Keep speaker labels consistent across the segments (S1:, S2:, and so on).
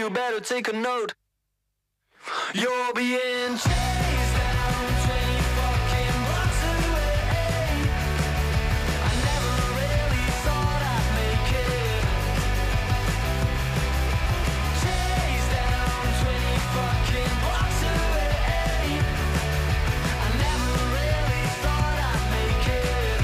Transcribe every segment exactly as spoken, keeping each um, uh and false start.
S1: you better take a note. You're being chased down twenty fucking blocks away. I never really thought I'd make it. Chased down twenty fucking blocks away. I never really thought I'd make it.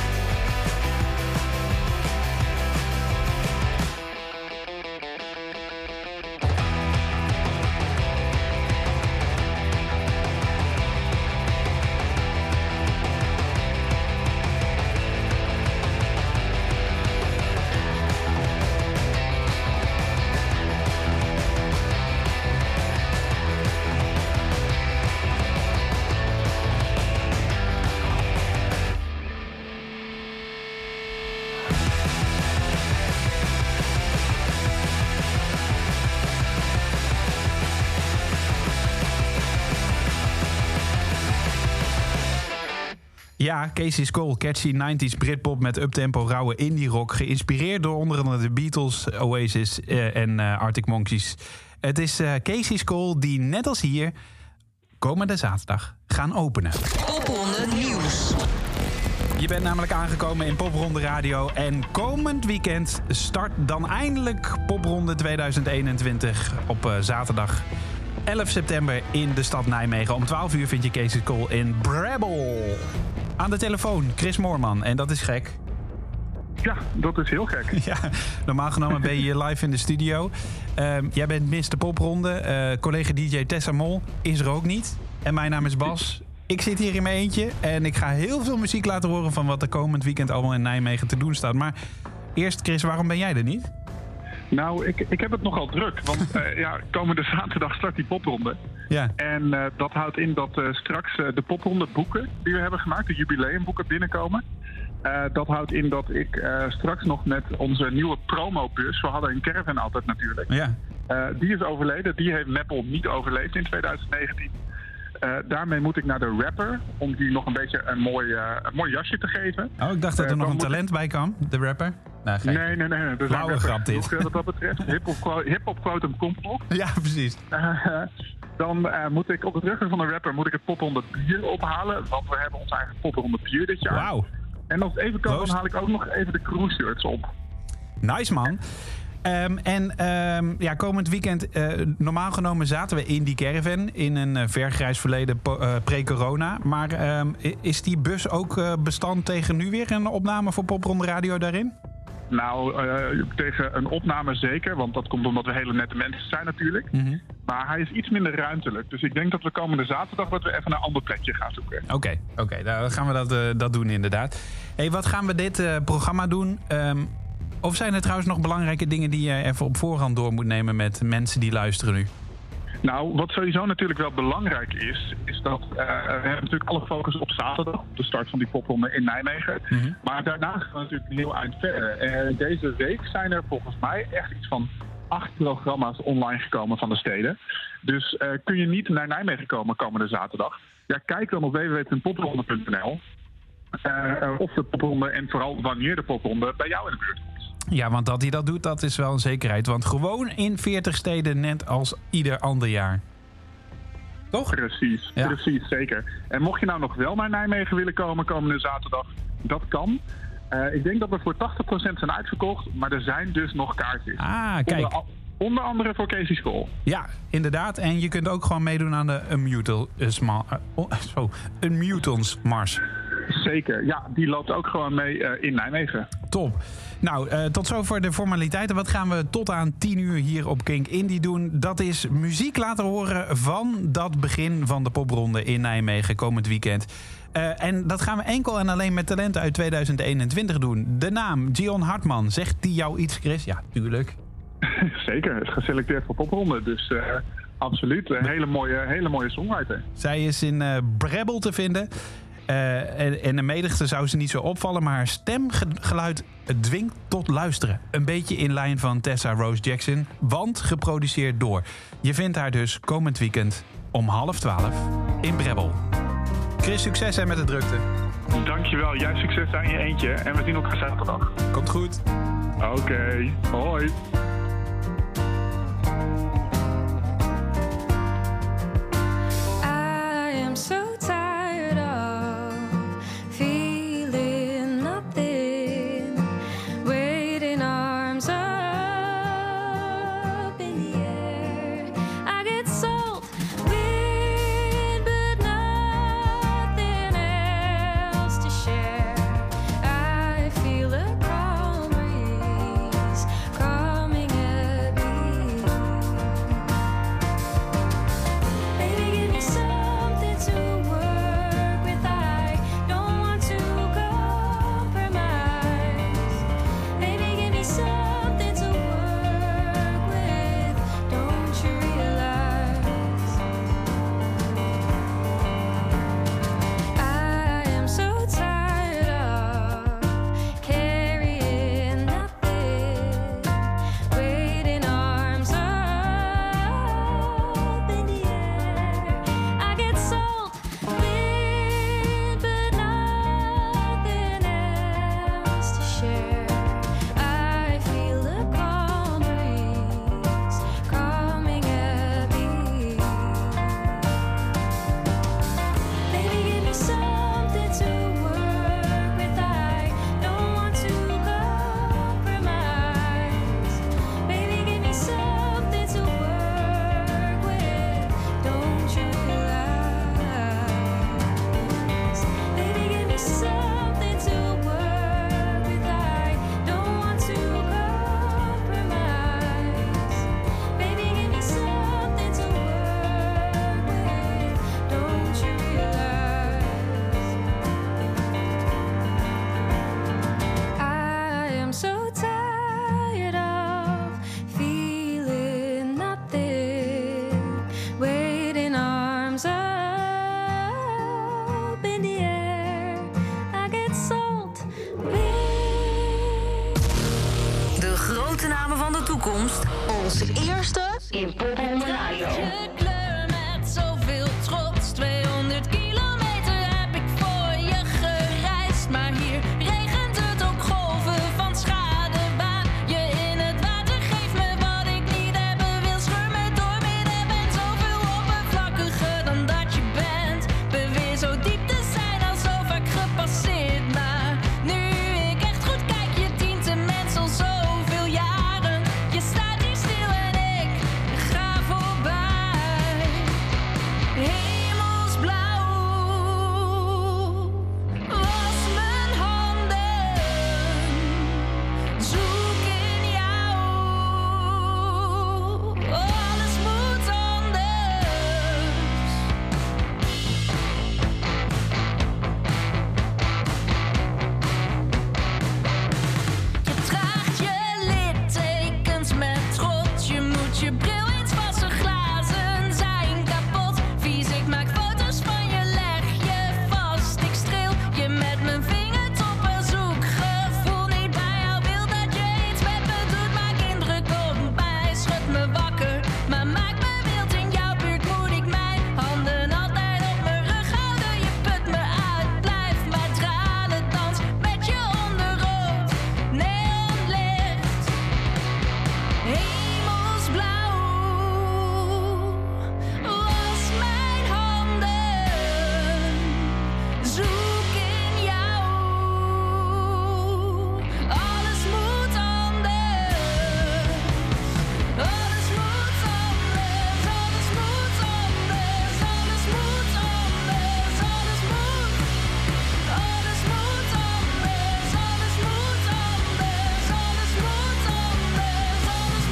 S2: Ja, Casey's Cole, catchy nineties Britpop met uptempo rauwe indie rock, geïnspireerd door onder andere de Beatles, Oasis uh, en uh, Arctic Monkeys. Het is uh, Casey's Cole die net als hier komende zaterdag gaan openen.
S3: Popronde Nieuws.
S2: Je bent namelijk aangekomen in Popronde Radio en komend weekend start dan eindelijk Popronde tweeduizend eenentwintig op uh, zaterdag elf september in de stad Nijmegen. Om twaalf uur vind je Casey's Cole in Brabble. Aan de telefoon, Chris Moorman. En dat is gek.
S4: Ja, dat is heel gek.
S2: Ja, normaal genomen ben je hier live in de studio. Uh, jij bent mister Popronde. Uh, collega D J Tessa Mol is er ook niet. En mijn naam is Bas. Ik zit hier in mijn eentje. En ik ga heel veel muziek laten horen van wat er komend weekend allemaal in Nijmegen te doen staat. Maar eerst, Chris, waarom ben jij er niet?
S4: Nou, ik, ik heb het nogal druk. Want uh, ja, komende zaterdag start die popronde.
S2: Ja.
S4: En uh, dat houdt in dat uh, straks uh, de popronde boeken die we hebben gemaakt, de jubileumboeken, binnenkomen. Uh, dat houdt in dat ik uh, straks nog met onze nieuwe promobus, we hadden een caravan altijd natuurlijk.
S2: Ja.
S4: Uh, die is overleden. Die heeft Meppel niet overleefd in tweeduizend negentien. Uh, daarmee moet ik naar de rapper om die nog een beetje een mooi, uh, een mooi jasje te geven.
S2: Oh, ik dacht dat er
S4: uh,
S2: nog een
S4: moet...
S2: talent bij kwam, de rapper. Nou,
S4: nee, nee, nee, nee. Er
S2: Flauwe grap dit.
S4: Genoeg, uh, wat dat betreft. Hip-hop hip quotum komt nog.
S2: Ja, precies.
S4: Uh, dan uh, moet ik op de rug van de rapper moet ik het popronde bier ophalen. Want we hebben ons eigen popronde bier dit jaar.
S2: Wauw.
S4: En als het even kan, dan haal ik ook nog even de cruise shirts op.
S2: Nice, man. Um, en um, ja, komend weekend, uh, normaal genomen zaten we in die caravan in een uh, vergrijs verleden po- uh, pre-corona. Maar um, is die bus ook uh, bestand tegen nu weer een opname voor Popronde Radio daarin?
S4: Nou, uh, tegen een opname zeker, want dat komt omdat we hele nette mensen zijn natuurlijk.
S2: Mm-hmm.
S4: Maar hij is iets minder ruimtelijk. Dus ik denk dat we komende zaterdag dat we even naar een ander plekje gaan zoeken.
S2: Oké, okay, oké, okay, dan gaan we dat, uh, dat doen inderdaad. Hey, wat gaan we dit uh, programma doen? Um, Of zijn er trouwens nog belangrijke dingen die je even op voorhand door moet nemen met mensen die luisteren nu?
S4: Nou, wat sowieso natuurlijk wel belangrijk is, is dat uh, we hebben natuurlijk alle focus op zaterdag, op de start van die popronde in Nijmegen. Mm-hmm. Maar daarna gaan we natuurlijk een heel eind verder. En deze week zijn er volgens mij echt iets van acht programma's online gekomen van de steden. Dus uh, kun je niet naar Nijmegen komen komende zaterdag? Ja, kijk dan op w w w punt popronde punt n l uh, of de popronde en vooral wanneer de popronde bij jou in de buurt komt.
S2: Ja, want dat hij dat doet, dat is wel een zekerheid. Want gewoon in veertig steden, net als ieder ander jaar. Toch?
S4: Precies,
S2: ja.
S4: precies, zeker. En mocht je nou nog wel naar Nijmegen willen komen komende zaterdag, dat kan. Uh, ik denk dat we voor tachtig procent zijn uitverkocht, maar er zijn dus nog kaartjes.
S2: Ah, kijk.
S4: Onder, onder andere voor Casey's Cole.
S2: Ja, inderdaad. En je kunt ook gewoon meedoen aan de Unmutons Mars.
S4: Zeker, ja. Die loopt ook gewoon mee uh, in Nijmegen.
S2: Top. Nou, uh, tot zover de formaliteiten. Wat gaan we tot aan tien uur hier op Kink Indie doen? Dat is muziek laten horen van dat begin van de popronde in Nijmegen komend weekend. Uh, en dat gaan we enkel en alleen met talenten uit tweeduizend eenentwintig doen. De naam Gion Hartman, zegt die jou iets, Chris? Ja, tuurlijk.
S4: Zeker, het is geselecteerd voor popronde. Dus uh, absoluut, een hele mooie, hele mooie songwriter.
S2: Zij is in uh, Brabble te vinden. Uh, en, en de menigte zou ze niet zo opvallen, maar haar stemgeluid dwingt tot luisteren. Een beetje in lijn van Tessa Rose Jackson, want geproduceerd door. Je vindt haar dus komend weekend om half twaalf in Brabble. Chris, succes en met de drukte.
S4: Dankjewel, jij succes aan je eentje en we zien elkaar zaterdag.
S2: Komt goed.
S4: Oké, okay. Hoi.
S3: toekomst. Onze eerste in Popronde Radio.
S5: Je kleur met zoveel trots. tweehonderd kilometer heb ik voor je gereisd. Maar hier regent het ook golven van schadebaan. Je in het water geeft me wat ik niet hebben wil. Scheur me door midden, bent zoveel oppervlakkiger dan dat je bent. Beweer zo diep te zijn al zo vaak gepasseerd. Maar nu ik echt goed kijk, je dient de mens al zoveel jaren. Je staat hier stil en ik ga voorbij. Hemelsblauw was mijn handen. Zoek in jou. Alles moet anders. Je draagt je littekens met trots. Je moet je bril eens wassen, glazen zijn kapot. Vies, ik maak foto's van je, leg je vast. Ik streel je met mijn vingertoppen, zoek gevoel niet bij jou. Wil dat je iets met me doet, maak indruk op mij. Schud me wakker, maar maak me wild. In jouw buurt moet ik mijn handen altijd op mijn rug houden. Je put me uit, blijf maar dralen, dans met je onder rood neonlicht. Hemelsblauw was mijn handen. Zoek in jou. Alles moet anders. Alles moet anders. Alles moet anders. Alles moet anders. Alles moet. Alles moet anders. Alles moet anders. Alles moet anders. Alles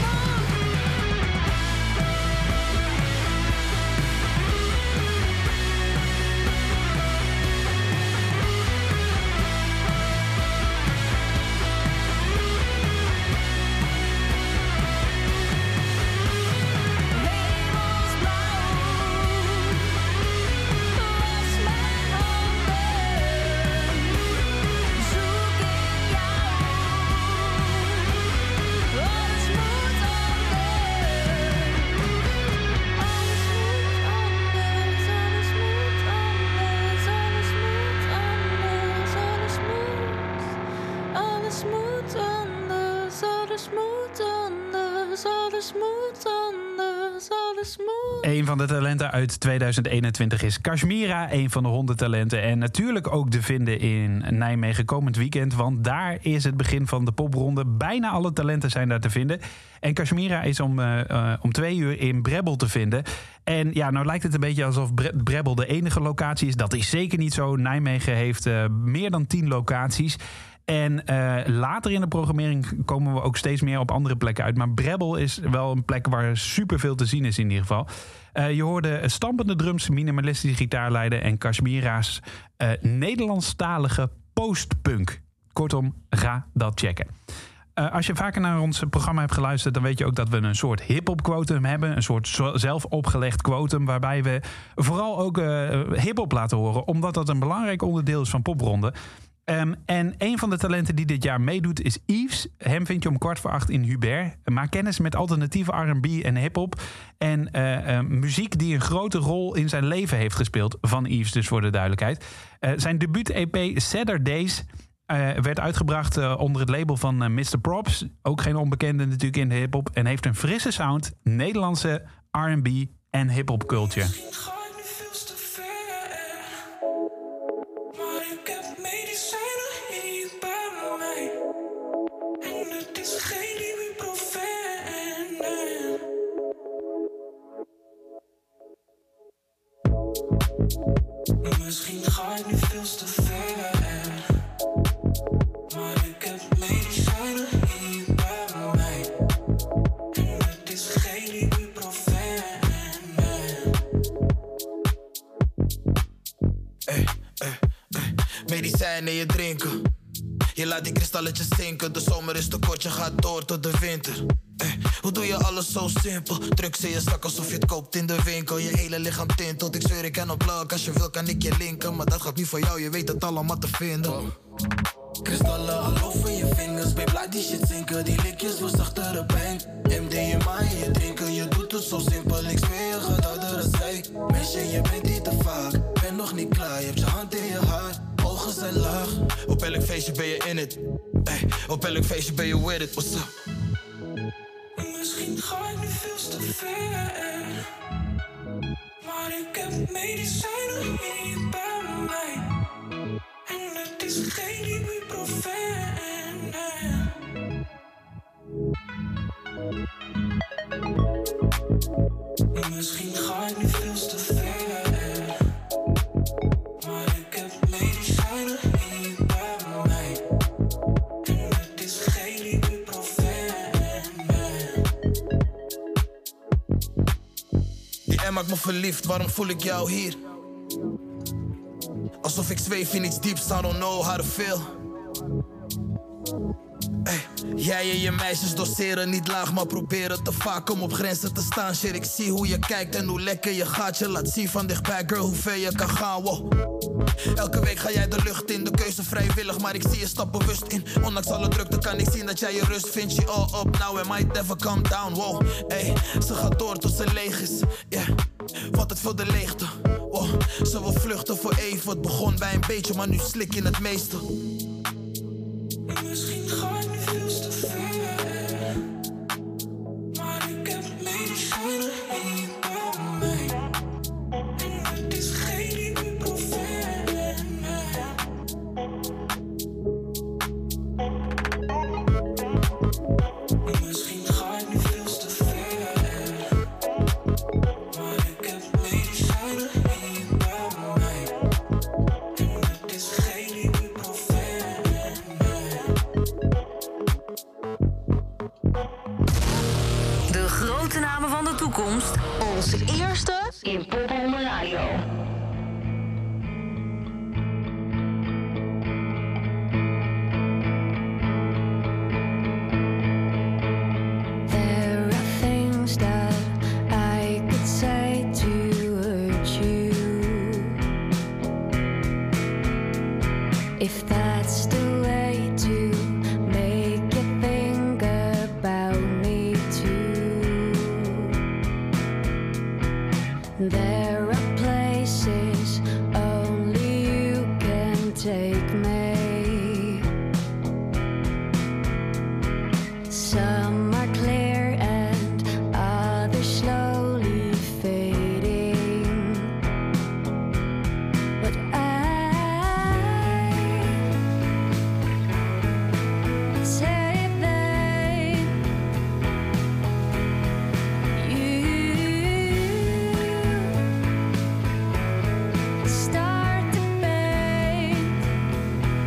S5: moet anders, alles moet anders, alles moet anders, alles moet.
S2: Een van de talenten uit tweeduizend eenentwintig is Kashmira, een van de honderd talenten. En natuurlijk ook te vinden in Nijmegen komend weekend, want daar is het begin van de popronde. Bijna alle talenten zijn daar te vinden. En Kashmira is om, uh, uh, om twee uur in Brebbel te vinden. En ja, nou lijkt het een beetje alsof Bre- Brebbel de enige locatie is. Dat is zeker niet zo. Nijmegen heeft uh, meer dan tien locaties. En uh, later in de programmering komen we ook steeds meer op andere plekken uit. Maar Brebbel is wel een plek waar superveel te zien is in ieder geval. Uh, je hoorde stampende drums, minimalistische gitaarlijden en Kashmira's uh, Nederlandstalige postpunk. Kortom, ga dat checken. Uh, als je vaker naar ons programma hebt geluisterd, dan weet je ook dat we een soort hip-hop quotum hebben. Een soort zo- zelf opgelegd quotum, waarbij we vooral ook uh, hip-hop laten horen, omdat dat een belangrijk onderdeel is van Popronde. Um, en een van de talenten die dit jaar meedoet is Yves. Hem vind je om kwart voor acht in Hubert. Maak kennis met alternatieve R en B en hiphop. En uh, uh, muziek die een grote rol in zijn leven heeft gespeeld. Van Yves dus, voor de duidelijkheid. Uh, zijn debuut-E P Sadder Days uh, werd uitgebracht uh, onder het label van uh, mister Props. Ook geen onbekende natuurlijk in de hiphop. En heeft een frisse sound, Nederlandse R en B en hiphop culture.
S1: Misschien ga ik nu veel te ver, maar ik heb medicijnen hier bij mij. En het is geen ibuprofen.
S6: Ey, ey, ey. Medicijnen je drinken. Je laat die kristalletjes zinken. De zomer is te kort, je gaat door tot de winter. Ey, hoe doe je alles zo simpel? Drugs in je zak alsof je het koopt in de winkel. Je hele lichaam tintelt, ik zweer ik ken op blok. Als je wil kan ik je linken, maar dat gaat niet voor jou, je weet het allemaal te vinden. Kristallen al over je vingers, babe, laat die shit zinken. Die likjes was achter de bank. M D M A in je drinken, je doet het zo simpel. Ik zweer je gaat harder dan zij. Meisje, je bent niet te vaak. Ben nog niet klaar, je hebt je hand in je haar. Ogen zijn laag. Op elk feestje ben je in it. Ey, op elk feestje ben je with it. What's up?
S7: Misschien ga ik nu veel te ver. Maar ik heb medicijnen hier bij mij. En het is geen ibuprofen. Misschien ga ik nu veel te ver. Maar ik heb medicijnen hier bij mij. En het is geen ibuprofen.
S6: Die M maakt me verliefd, waarom voel ik jou hier? Alsof ik zweef in iets dieps, I don't know how to feel. Ey, jij en je meisjes doseren niet laag, maar proberen te vaak om op grenzen te staan. Shit, ik zie hoe je kijkt en hoe lekker je gaat. Je laat zien van dichtbij, girl, hoe ver je kan gaan, wow. Elke week ga jij de lucht in, de keuze vrijwillig, maar ik zie je stap bewust in. Ondanks alle drukte kan ik zien dat jij je rust vindt. Je all up now and might never come down, wow. Ey, ze gaat door tot ze leeg is, yeah. Want het vult de leegte, wow. Ze wil vluchten voor even, het begon bij een beetje, maar nu slik in het meeste.
S7: Misschien ga ik nu veel te ver. Maar ik heb medicijnen hier bij mij. En het is geen ibuprofen. Misschien ga ik nu veel te ver. Maar ik heb medicijnen hier bij mij. En het is geen ibuprofen.
S3: De grote namen van de toekomst. Onze eerste in Pop on Radio.
S5: There are things that I could say to hurt you. If that's the way to make you think about me too. There are places only you can take me. Some are clear and others slowly fading. But I say that you start to paint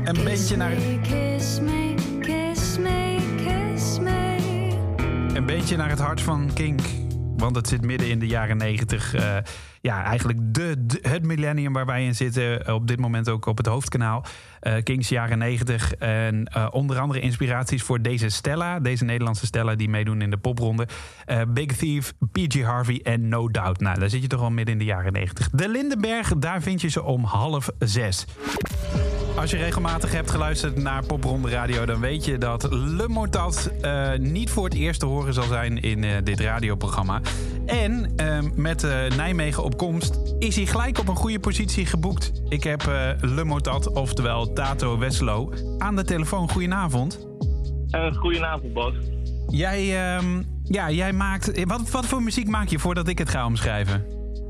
S2: Een beetje naar,
S5: Kiss me, kiss me, kiss me.
S2: een beetje naar het hart van Kink. Want het zit midden in de jaren negentig. Uh, ja, eigenlijk de, de, het millennium waar wij in zitten. Uh, op dit moment ook op het hoofdkanaal. Uh, Kinks jaren negentig. En uh, onder andere inspiraties voor deze Stella. Deze Nederlandse Stella die meedoen in de popronde. Uh, Big Thief, P G Harvey en No Doubt. Nou, daar zit je toch al midden in de jaren negentig. De Lindenberg, daar vind je ze om half zes. Als je regelmatig hebt geluisterd naar Popronde Radio, dan weet je dat Le Mortat uh, niet voor het eerst te horen zal zijn in uh, dit radioprogramma. En uh, met uh, Nijmegen op komst is hij gelijk op een goede positie geboekt. Ik heb uh, Le Mortat, oftewel Tato Wesselo, aan de telefoon. Goedenavond.
S8: Uh, goedenavond, Bas.
S2: Jij, uh, ja, jij maakt... Wat, wat voor muziek maak je voordat ik het ga omschrijven?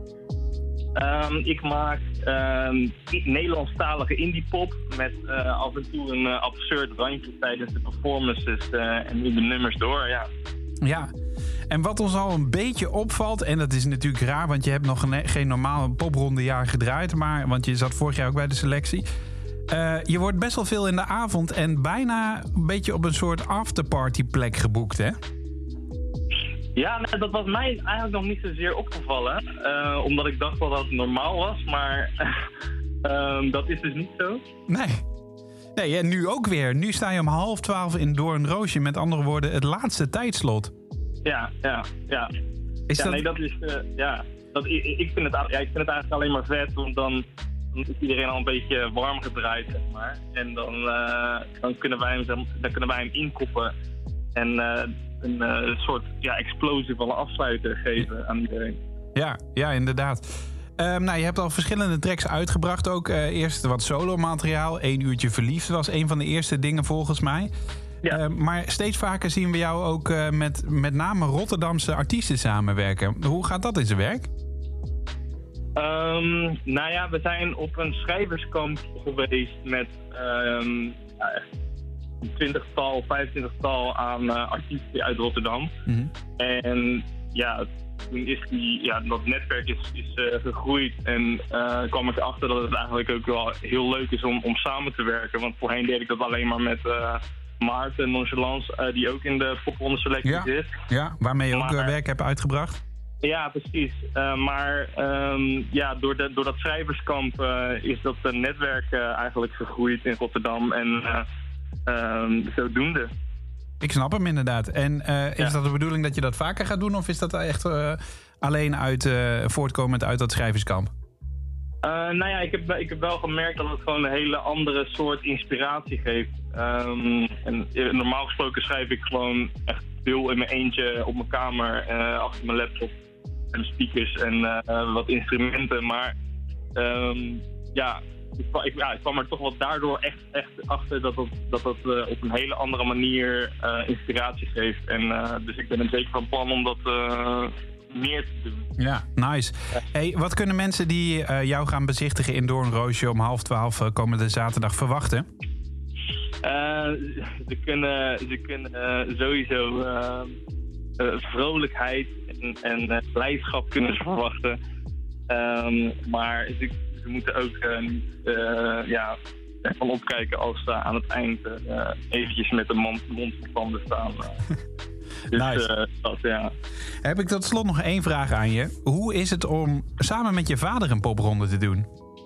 S8: Um, ik maak um, Nederlandstalige indiepop met uh, af en toe een uh, absurd randje tijdens de performances uh, en in de nummers door, ja.
S2: Ja, en wat ons al een beetje opvalt, en dat is natuurlijk raar, want je hebt nog een, geen normaal poprondejaar gedraaid, maar, want je zat vorig jaar ook bij de selectie. Uh, je wordt best wel veel in de avond en bijna een beetje op een soort afterparty plek geboekt, hè?
S8: Ja, nee, dat was mij eigenlijk nog niet zozeer opgevallen. Uh, omdat ik dacht wel dat het normaal was, maar um, dat is dus niet zo.
S2: Nee. Nee, en nu ook weer. Nu sta je om half twaalf in Doornroosje. Met andere woorden, het laatste tijdslot.
S8: Ja, ja, ja.
S2: Is
S8: ja,
S2: dat...
S8: nee, dat is... Uh, ja, dat, ik, ik, vind het, ja, ik vind het eigenlijk alleen maar vet, want dan, dan is iedereen al een beetje warm gedraaid, zeg maar. En dan, uh, dan, kunnen, wij hem, dan kunnen wij hem inkoppen en... Uh, een uh, soort ja, explosie van een afsluiter geven aan iedereen.
S2: Ja, ja, inderdaad. Um, nou, je hebt al verschillende tracks uitgebracht ook. Uh, eerst wat solo-materiaal. Eén uurtje verliefd was een van de eerste dingen volgens mij.
S8: Ja.
S2: Uh, maar steeds vaker zien we jou ook uh, met met name Rotterdamse artiesten samenwerken. Hoe gaat dat in zijn werk?
S8: Um, nou ja, we zijn op een schrijverskamp geweest met... Um, ja, echt een twintigtal, vijfentwintigtal aan uh, artiesten uit Rotterdam. Mm-hmm. En ja, toen is die, ja, dat netwerk is, is uh, gegroeid en uh, kwam ik erachter dat het eigenlijk ook wel heel leuk is om, om samen te werken. Want voorheen deed ik dat alleen maar met uh, Maarten Nonchalance, uh, die ook in de popronde selectie
S2: ja.
S8: zit.
S2: Ja, waarmee je ook maar, werk hebt uitgebracht.
S8: Ja, precies. Uh, maar um, ja, door, de, door dat schrijverskamp uh, is dat uh, netwerk uh, eigenlijk gegroeid in Rotterdam en... Uh, Um, zodoende.
S2: Ik snap hem inderdaad. En uh, is ja. dat de bedoeling dat je dat vaker gaat doen? Of is dat echt uh, alleen uit, uh, voortkomend uit dat schrijverskamp?
S8: Uh, nou ja, ik heb, ik heb wel gemerkt dat het gewoon een hele andere soort inspiratie geeft. Um, en normaal gesproken schrijf ik gewoon echt veel in mijn eentje op mijn kamer, uh, achter mijn laptop en speakers en uh, wat instrumenten. Maar um, ja... Ik, ik, ja, ik kwam er toch wel daardoor echt, echt achter dat dat, dat, dat uh, op een hele andere manier uh, inspiratie geeft. En uh, dus ik ben er zeker van plan om dat uh, meer te doen.
S2: Ja, nice. Ja. Hey, wat kunnen mensen die uh, jou gaan bezichtigen in Doornroosje om half twaalf uh, komende zaterdag verwachten?
S8: Uh, ze kunnen, ze kunnen uh, sowieso uh, uh, vrolijkheid en, en uh, blijdschap kunnen ze verwachten. Um, maar ze Ze moeten ook uh, niet uh, ja, ervan opkijken als ze uh, aan het eind uh, eventjes met de mond, mond van tanden staan. Uh. Dus
S2: nice.
S8: uh, dat, ja.
S2: Heb ik tot slot nog één vraag aan je. Hoe is het om samen met je vader een popronde te doen?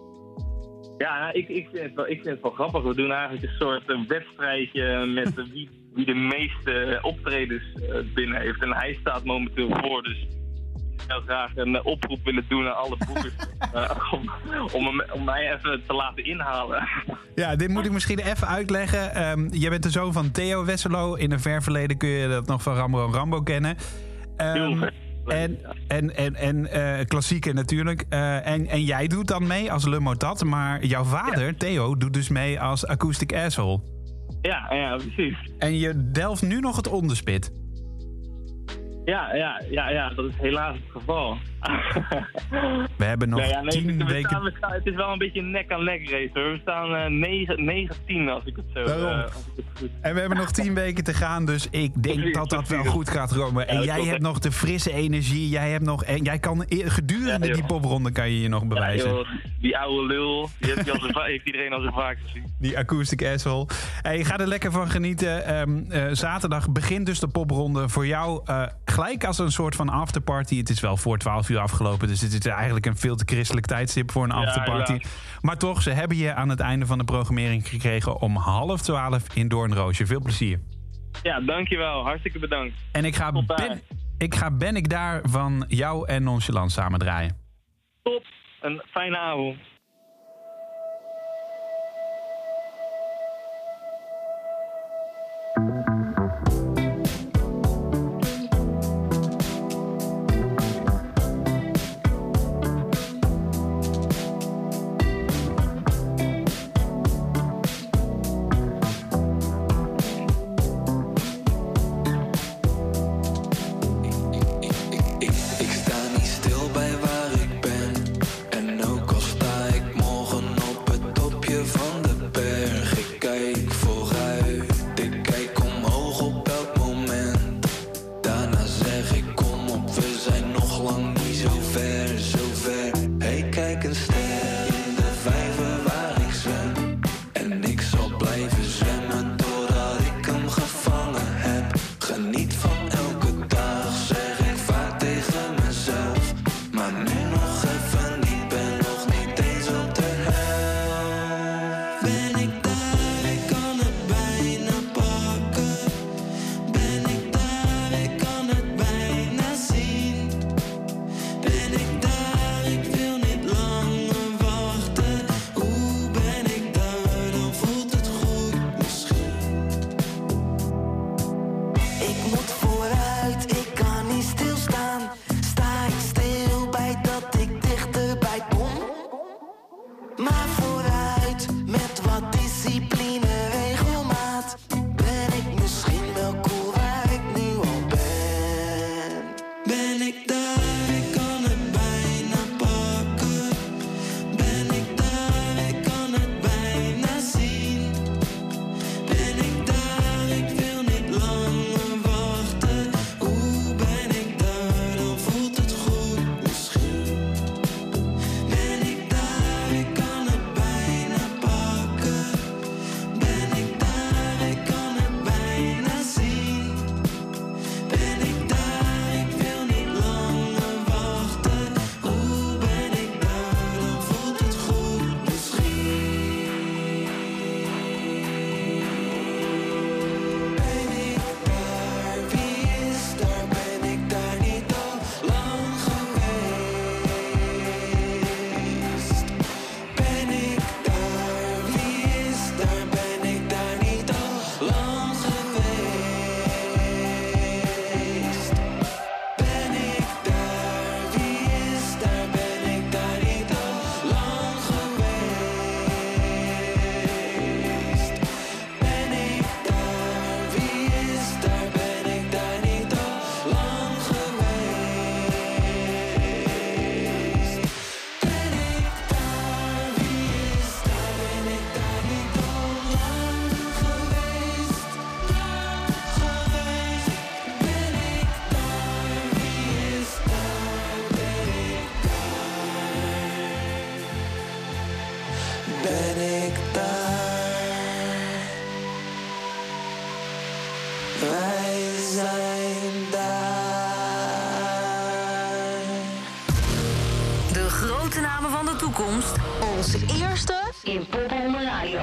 S8: Ja, ik, ik, vind het wel, ik vind het wel grappig. We doen eigenlijk een soort uh, wedstrijdje met uh, wie, wie de meeste optredens uh, binnen heeft. En hij staat momenteel voor, dus... Ik zou graag een uh, oproep willen doen aan alle boekers uh, om, om, om mij even te laten inhalen.
S2: Ja, dit moet ik misschien even uitleggen. Um, jij bent de zoon van Theo Wesselo. In een ver verleden kun je dat nog van Rambo en Rambo kennen. Um, Heel ver. En, en, en, en uh, klassieker natuurlijk. Uh, en, en jij doet dan mee als Le Mortat. Maar jouw vader, ja. Theo, doet dus mee als Acoustic Asshole.
S8: Ja, ja, precies.
S2: En je delft nu nog het onderspit.
S8: Ja, ja, ja, ja, dat is helaas het geval.
S2: We hebben nog
S8: Nou ja, nee,
S2: tien
S8: we
S2: weken...
S8: staan, we staan, het is wel een beetje een nek-aan-nek race hoor. We staan uh, negen, negentien als ik het zo...
S2: Daarom.
S8: Uh, als ik het goed...
S2: En we hebben nog tien weken te gaan, dus ik denk
S8: Precies,
S2: dat dat wel
S8: precies.
S2: goed gaat komen. En
S8: Ja, dat
S2: jij
S8: klopt,
S2: hebt
S8: hè.
S2: nog de frisse energie. Jij, hebt nog, en jij kan e- gedurende
S8: Ja, joh.
S2: die popronde kan je je nog
S8: Ja,
S2: bewijzen.
S8: joh, die oude lul, die heeft, die al zo va- heeft iedereen al zo vaak gezien.
S2: Die acoustic asshole. Hey, ga er lekker van genieten. Ehm, eh, zaterdag begint dus de popronde. Voor jou eh, gelijk als een soort van afterparty. Het is wel voor twaalf uur afgelopen. Dus het is eigenlijk een veel te christelijk tijdstip voor een
S8: Ja,
S2: afterparty.
S8: helaas.
S2: Maar toch, ze hebben je aan het einde van de programmering gekregen om half twaalf in Doornroosje. Veel plezier.
S8: Ja, dankjewel. Hartstikke bedankt.
S2: En ik ga,
S8: Tot daar.
S2: ben, ik ga Ben ik daar van jou en Nonchalant samen draaien.
S8: Top. Een fijne avond.
S7: Ik sta niet stil bij waar ik ben. En ook al sta ik morgen op het topje van de berg. Ik kijk vooruit, ik kijk omhoog op elk moment. Daarna zeg ik kom op, we zijn nog lang niet zo ver, zo ver. Hey, kijk een ster in de vijver waar ik zwem. En ik zal blijven zwemmen totdat ik hem gevangen heb. Geniet van elke dag, zeg ik vaak tegen mezelf. Maar nu nog even niet, ben nog niet eens op de helft. Ben ik daar, ik kan het bijna pakken. Ben ik daar, ik kan het bijna zien. Ben ik daar, ik wil niet langer wachten. Hoe ben ik daar, dan voelt het goed misschien.
S1: Ik moet vooruit, ik kan niet stilstaan. Sta ik stil bij dat ik dichterbij kom? Maar vooruit, met wat discipline, regelmaat. Ben ik misschien wel cool waar ik nu al ben.
S7: Ben ik daar, ik kan het bijna pakken. Ben ik daar, ik kan het bijna zien. Ben ik daar, ik wil niet langer wachten. Hoe ben ik daar, dan voelt het goed misschien. Ben ik daar, ik kan het bijna pakken. Ben ik daar, ik kan het bijna zien. Ben ik daar, ik wil niet langer wachten. Hoe ben ik daar, dan voelt het goed misschien. Ben ik daar, wie is daar? Ben ik daar niet al lang geweest? Ben ik daar, wie is daar? Ben ik daar niet al lang geweest? Ben ik daar, wie is daar? Ben ik daar niet al lang geweest? Ben ik daar, wie is daar? Ben ik daar niet al lang geweest? Ben ik daar, wie is daar? Ben ik daar niet al lang geweest? Lang geweest? Ben ik daar, wie is daar? Ben ik daar? Ben ik daar? Wij zijn daar.
S3: De grote namen van de toekomst. Onze eerste in Popronde Radio.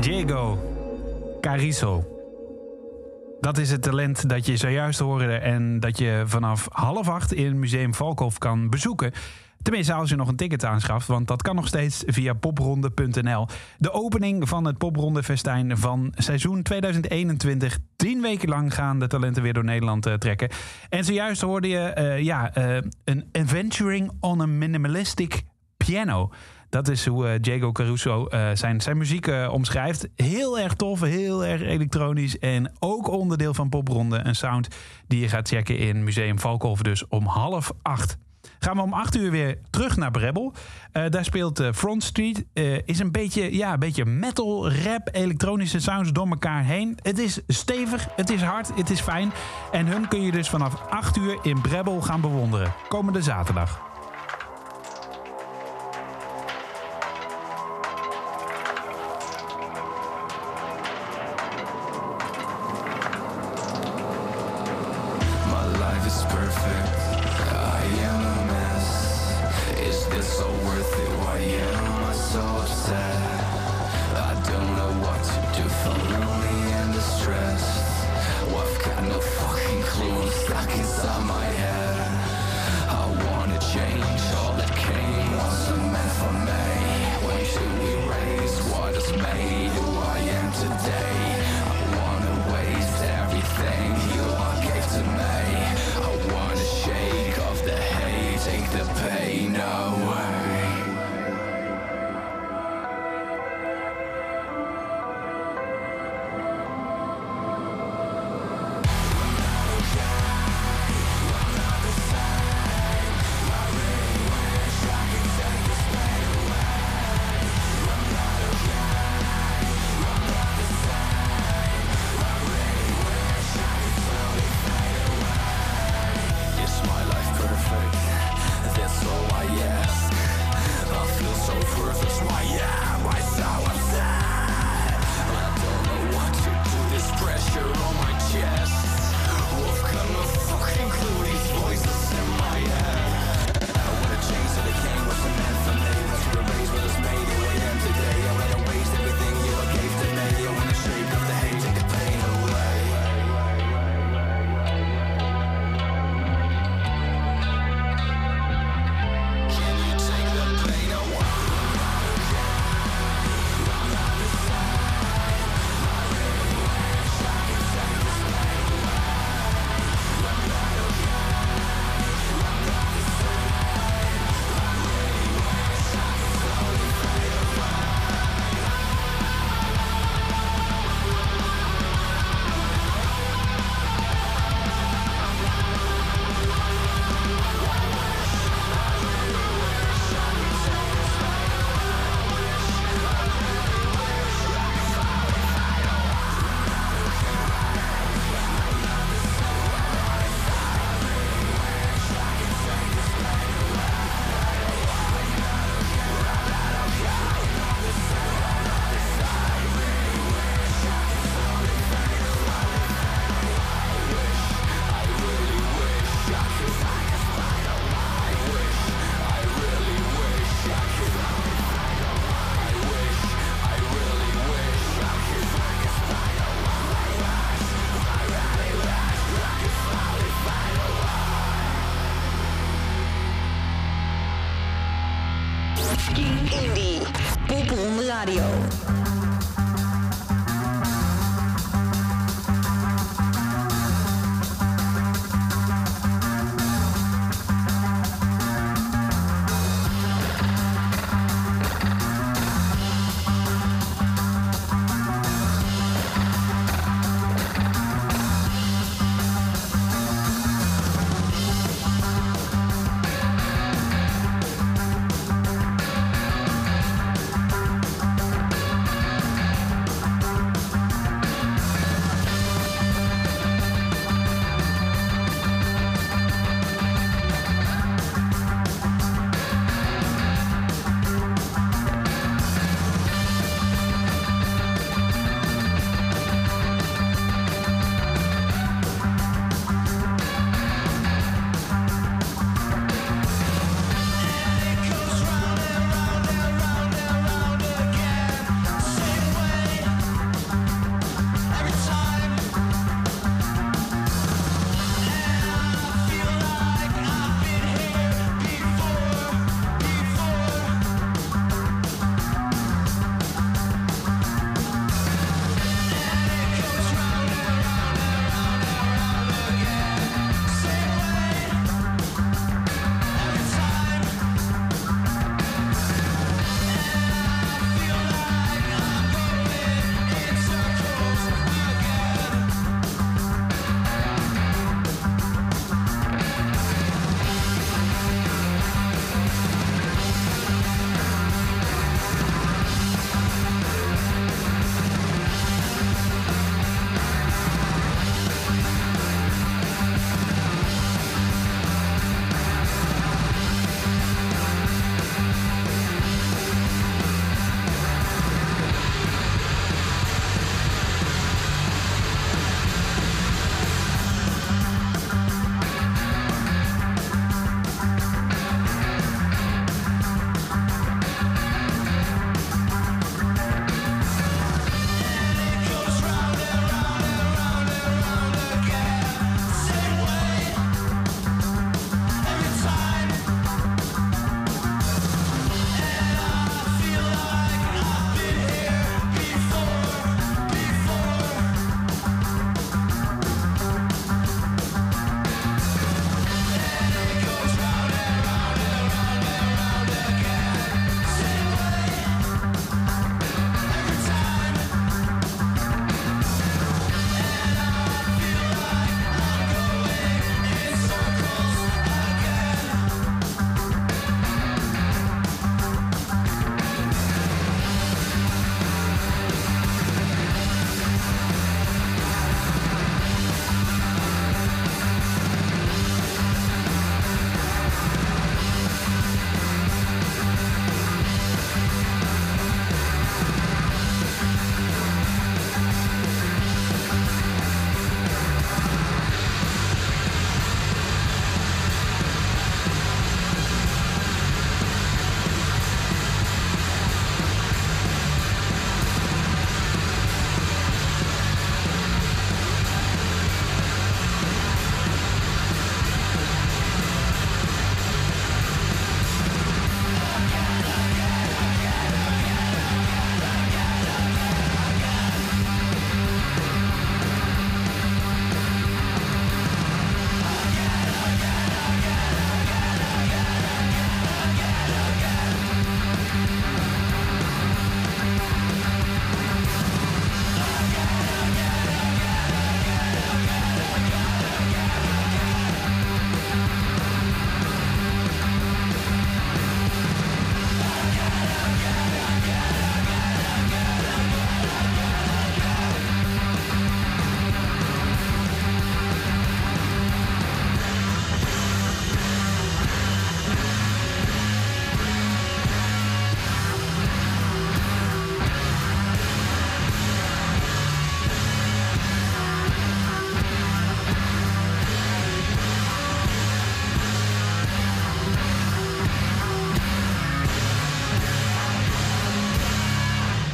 S2: Diego Carrizo. Dat is het talent dat je zojuist hoorde en dat je vanaf half acht in Museum Valkhof kan bezoeken. Tenminste, als je nog een ticket aanschaft, want dat kan nog steeds via popronde punt n l. De opening van het Popronde-festijn van seizoen tweeduizend eenentwintig. Tien weken lang gaan de talenten weer door Nederland uh, trekken. En zojuist hoorde je uh, ja, uh, een adventuring on a minimalistic piano. Dat is hoe uh, Diego Caruso uh, zijn, zijn muziek uh, omschrijft. Heel erg tof, heel erg elektronisch en ook onderdeel van Popronde. Een sound die je gaat checken in Museum Valkhof, dus om half acht. Gaan we om acht uur weer terug naar Brebbel. Uh, daar speelt uh, Front Street. Uh, is een beetje, ja, een beetje metal, rap, elektronische sounds door elkaar heen. Het is stevig, het is hard, het is fijn. En hun kun je dus vanaf acht uur in Brebbel gaan bewonderen. Komende zaterdag.
S1: Stuck inside my head. I wanna change.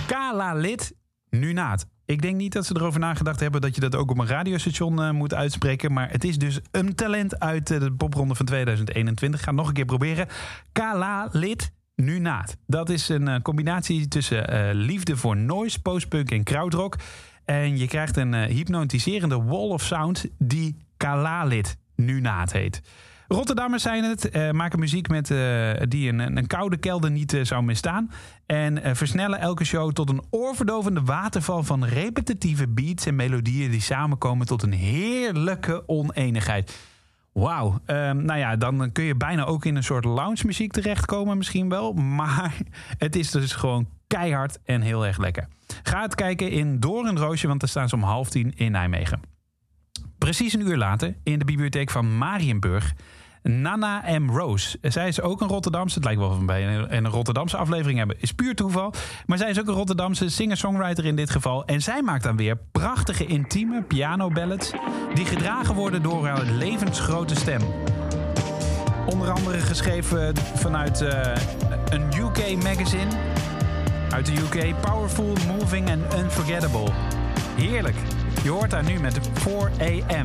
S2: Kala Lid Nunaat. Ik denk niet dat ze erover nagedacht hebben dat je dat ook op een radiostation uh, moet uitspreken. Maar het is dus een talent uit uh, de popronde van tweeduizend eenentwintig. Ga nog een keer proberen. Kala Lid Nunaat. Dat is een uh, combinatie tussen uh, liefde voor noise, postpunk en krautrock. En je krijgt een uh, hypnotiserende wall of sound die Kala Lid Nunaat heet. Rotterdammers zijn het, uh, maken muziek met, uh, die een, een koude kelder niet uh, zou misstaan. En uh, versnellen elke show tot een oorverdovende waterval van repetitieve beats en melodieën die samenkomen tot een heerlijke oneenigheid. Wauw, uh, nou ja, dan kun je bijna ook in een soort lounge muziek terechtkomen misschien wel. Maar het is dus gewoon keihard en heel erg lekker. Ga het kijken in Doornroosje, want daar staan ze om half tien in Nijmegen. Precies een uur later, in de bibliotheek van Mariënburg, Nana M. Rose. Zij is ook een Rotterdamse. Het lijkt wel of we bij een, een Rotterdamse aflevering hebben. Is puur toeval. Maar zij is ook een Rotterdamse singer-songwriter in dit geval. En zij maakt dan weer prachtige, intieme pianoballads die gedragen worden door haar levensgrote stem. Onder andere geschreven vanuit uh, een U K magazine. Uit de U K. Powerful, moving and unforgettable. Heerlijk. Je hoort haar nu met four a.m.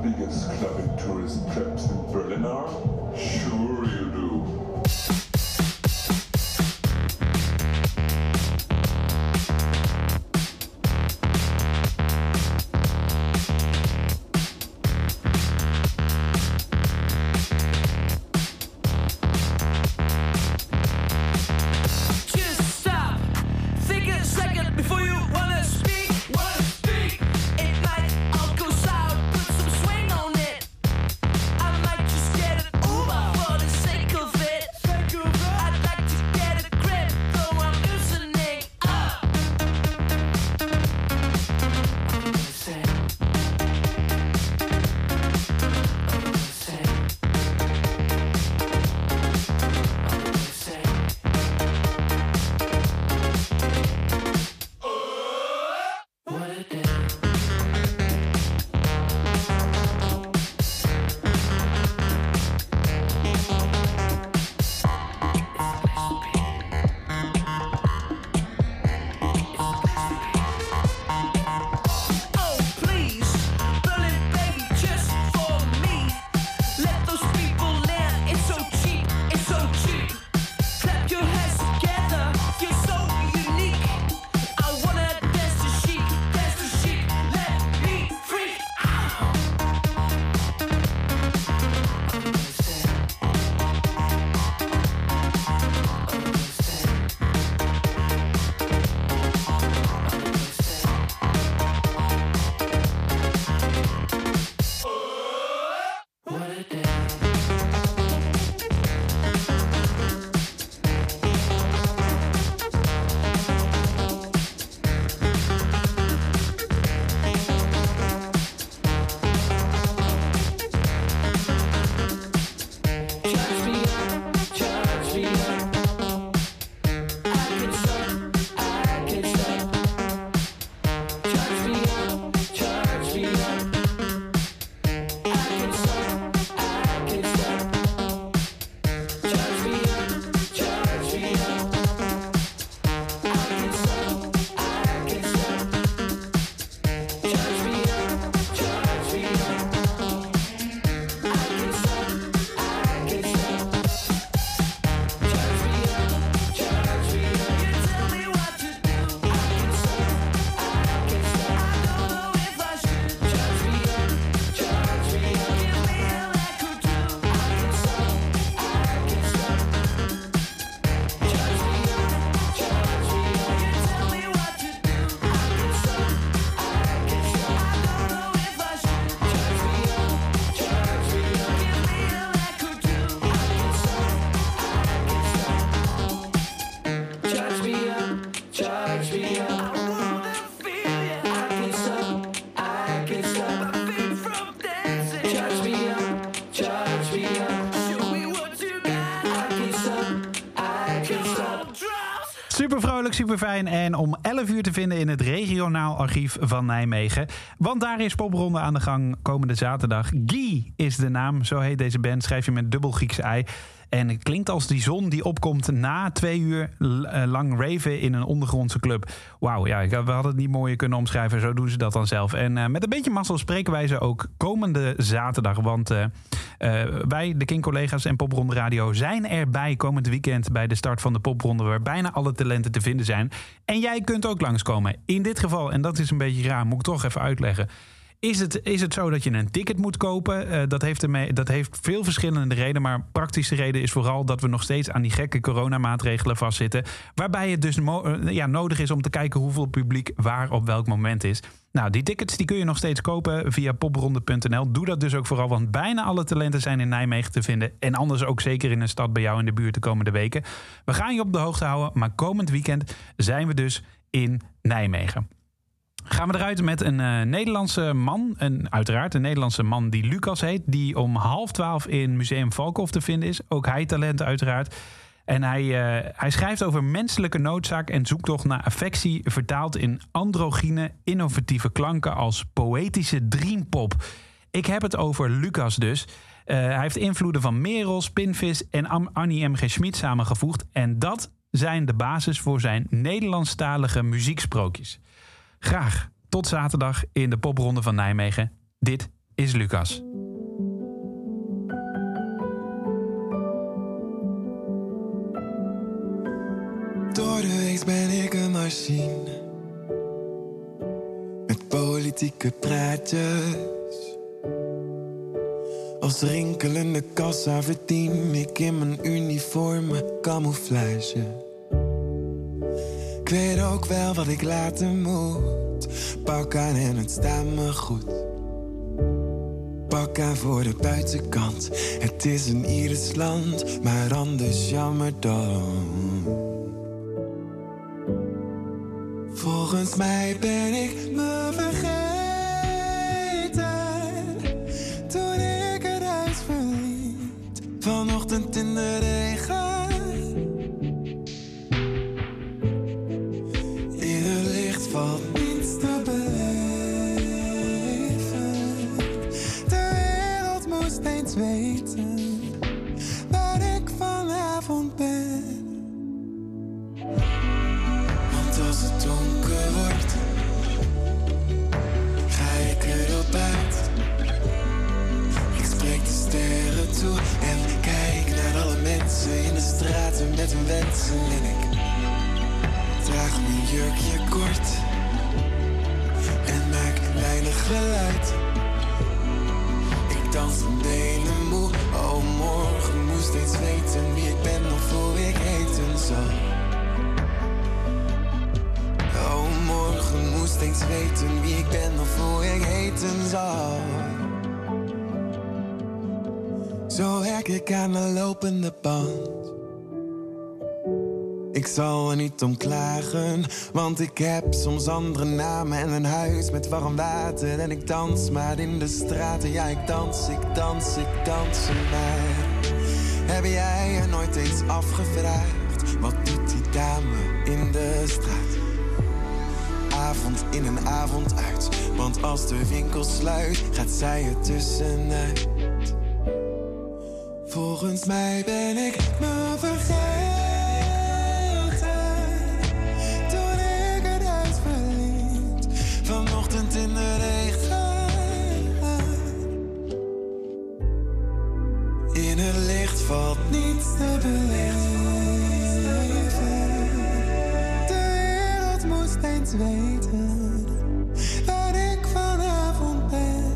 S9: biggest clubbing tourist traps in Berlin are? Sure you do.
S2: Super vrolijk, super fijn en om elf uur te vinden in het regionaal archief van Nijmegen. Want daar is Popronde aan de gang komende zaterdag. Guy is de naam, zo heet deze band, schrijf je met dubbel Grieks ei. En het klinkt als die zon die opkomt na twee uur lang raven in een ondergrondse club. Wauw, ja, we hadden het niet mooier kunnen omschrijven. Zo doen ze dat dan zelf. En uh, met een beetje mazzel spreken wij ze ook komende zaterdag. Want uh, uh, wij, de King-collega's en Popronde Radio, zijn erbij komend weekend bij de start van de Popronde, waar bijna alle talenten te vinden zijn. En jij kunt ook langskomen. In dit geval, en dat is een beetje raar, moet ik toch even uitleggen. Is het, is het zo dat je een ticket moet kopen? Uh, dat, heeft ermee, dat heeft veel verschillende redenen. Maar praktische reden is vooral dat we nog steeds aan die gekke coronamaatregelen vastzitten. Waarbij het dus mo- uh, ja, nodig is om te kijken hoeveel publiek waar op welk moment is. Nou, die tickets die kun je nog steeds kopen via popronde punt n l. Doe dat dus ook vooral, want bijna alle talenten zijn in Nijmegen te vinden. En anders ook zeker in een stad bij jou in de buurt de komende weken. We gaan je op de hoogte houden, maar komend weekend zijn we dus in Nijmegen. Gaan we eruit met een uh, Nederlandse man, een, uiteraard een Nederlandse man die Lucas heet, die om half twaalf in Museum Valkhof te vinden is. Ook hij talent uiteraard. En hij, uh, hij schrijft over menselijke noodzaak en zoektocht naar affectie, vertaald in androgyne, innovatieve klanken als poëtische dreampop. Ik heb het over Lucas dus. Uh, hij heeft invloeden van Merel, Spinvis en Am- Annie M G. Schmid samengevoegd. En dat zijn de basis voor zijn Nederlandstalige muzieksprookjes. Graag tot zaterdag in de Popronde van Nijmegen. Dit is Lucas.
S10: Door de week ben ik een machine. Met politieke praatjes. Als rinkelende kassa verdien ik in mijn uniforme camouflage. Ik weet ook wel wat ik laten moet. Pak aan en het staat me goed. Pak aan voor de buitenkant. Het is een ieders land, maar anders jammer dan. Volgens mij ben ik me vergeten. Toen ik het huis verliet. Vanochtend in de regen. In het licht valt niets te beleven. De wereld moest eens weten waar ik vanavond ben. Want als het donker wordt, ga ik erop uit. Ik spreek de sterren toe en kijk naar alle mensen in de straten met hun wensen. En ik draag mijn jurkje kort en maak weinig geluid. Ik dans een benen moe, oh morgen moest eens weten wie ik ben of hoe ik heten zal. Oh morgen moest eens weten wie ik ben of hoe ik heten zal. Zo werk ik aan de lopende band. Ik zal er niet om klagen, want ik heb soms andere namen en een huis met warm water. En ik dans maar in de straten, ja ik dans, ik dans, ik dans maar. Heb jij er nooit eens afgevraagd, wat doet die dame in de straat? Avond in en avond uit, want als de winkel sluit, gaat zij er tussenuit. Volgens mij ben ik me vergeten. Toen ik het huis verliet, vanochtend in de regen. In het licht valt niets te beleven. De wereld moest eens weten waar ik vanavond ben.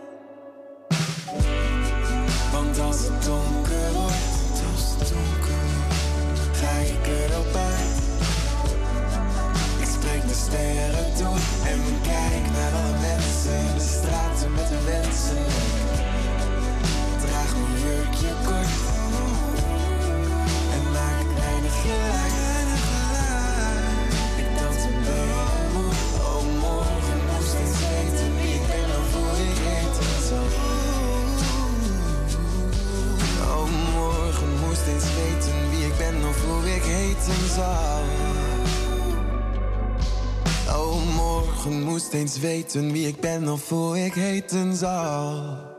S10: Want als het donker wordt, als het donker wordt, ga ik erop uit. Ik spreek de sterren toe en kijk naar alle mensen in de straten met hun wensen. Ik draag mijn jurkje kort en maak weinig geluid. Ik dans een beetje moe, oh morgen moest eens weten wie ik ben of hoe ik heten zal. Oh, morgen moest eens weten wie ik ben of hoe ik heten zal. Oh, morgen moest eens weten wie ik ben of hoe ik heten zal.